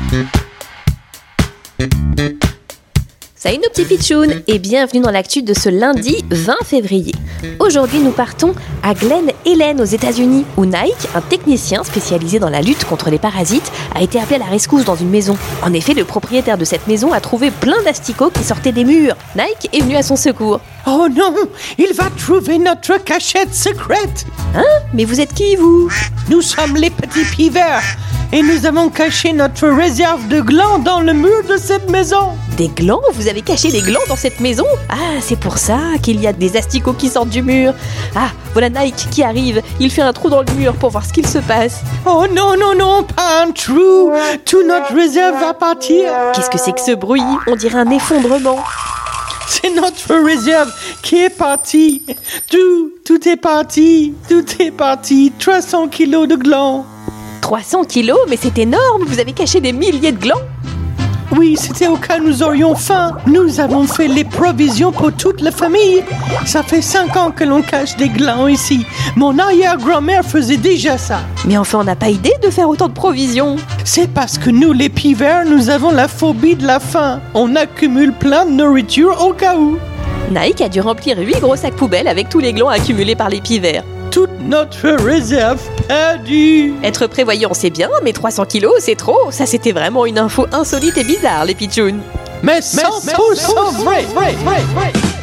Salut nos petits pitchouns et bienvenue dans l'actu de ce lundi 20 février. Aujourd'hui nous partons à Glen Ellen aux États-Unis où Nike, un technicien spécialisé dans la lutte contre les parasites, a été appelé à la rescousse dans une maison. En effet, le propriétaire de cette maison a trouvé plein d'asticots qui sortaient des murs. Nike est venu à son secours. Oh non, il va trouver notre cachette secrète. Hein? Mais vous êtes qui vous? Nous sommes les petits pivers et nous avons caché notre réserve de glands dans le mur de cette maison. Des glands? Vous avez caché des glands dans cette maison? Ah, c'est pour ça qu'il y a des asticots qui sortent du mur. Ah, voilà Nike qui arrive. Il fait un trou dans le mur pour voir ce qu'il se passe. Oh non, non, non, pas un trou. Toute notre réserve va partir. Qu'est-ce que c'est que ce bruit? On dirait un effondrement. C'est notre réserve qui est partie. Tout est parti. Tout est parti. 300 kilos de glands. 300 kilos? Mais c'est énorme. Vous avez caché des milliers de glands. Oui, c'était au cas où nous aurions faim. Nous avons fait les provisions pour toute la famille. Ça fait 5 ans que l'on cache des glands ici. Mon arrière-grand-mère faisait déjà ça. Mais enfin, on n'a pas idée de faire autant de provisions. C'est parce que nous, les pivers, nous avons la phobie de la faim. On accumule plein de nourriture au cas où. Nike a dû remplir 8 gros sacs poubelles avec tous les glands accumulés par les pivers. Toute notre réserve perdue. Être prévoyant, c'est bien, mais 300 kilos, c'est trop. Ça, c'était vraiment une info insolite et bizarre, les pitchouns. Mais 100% vrai.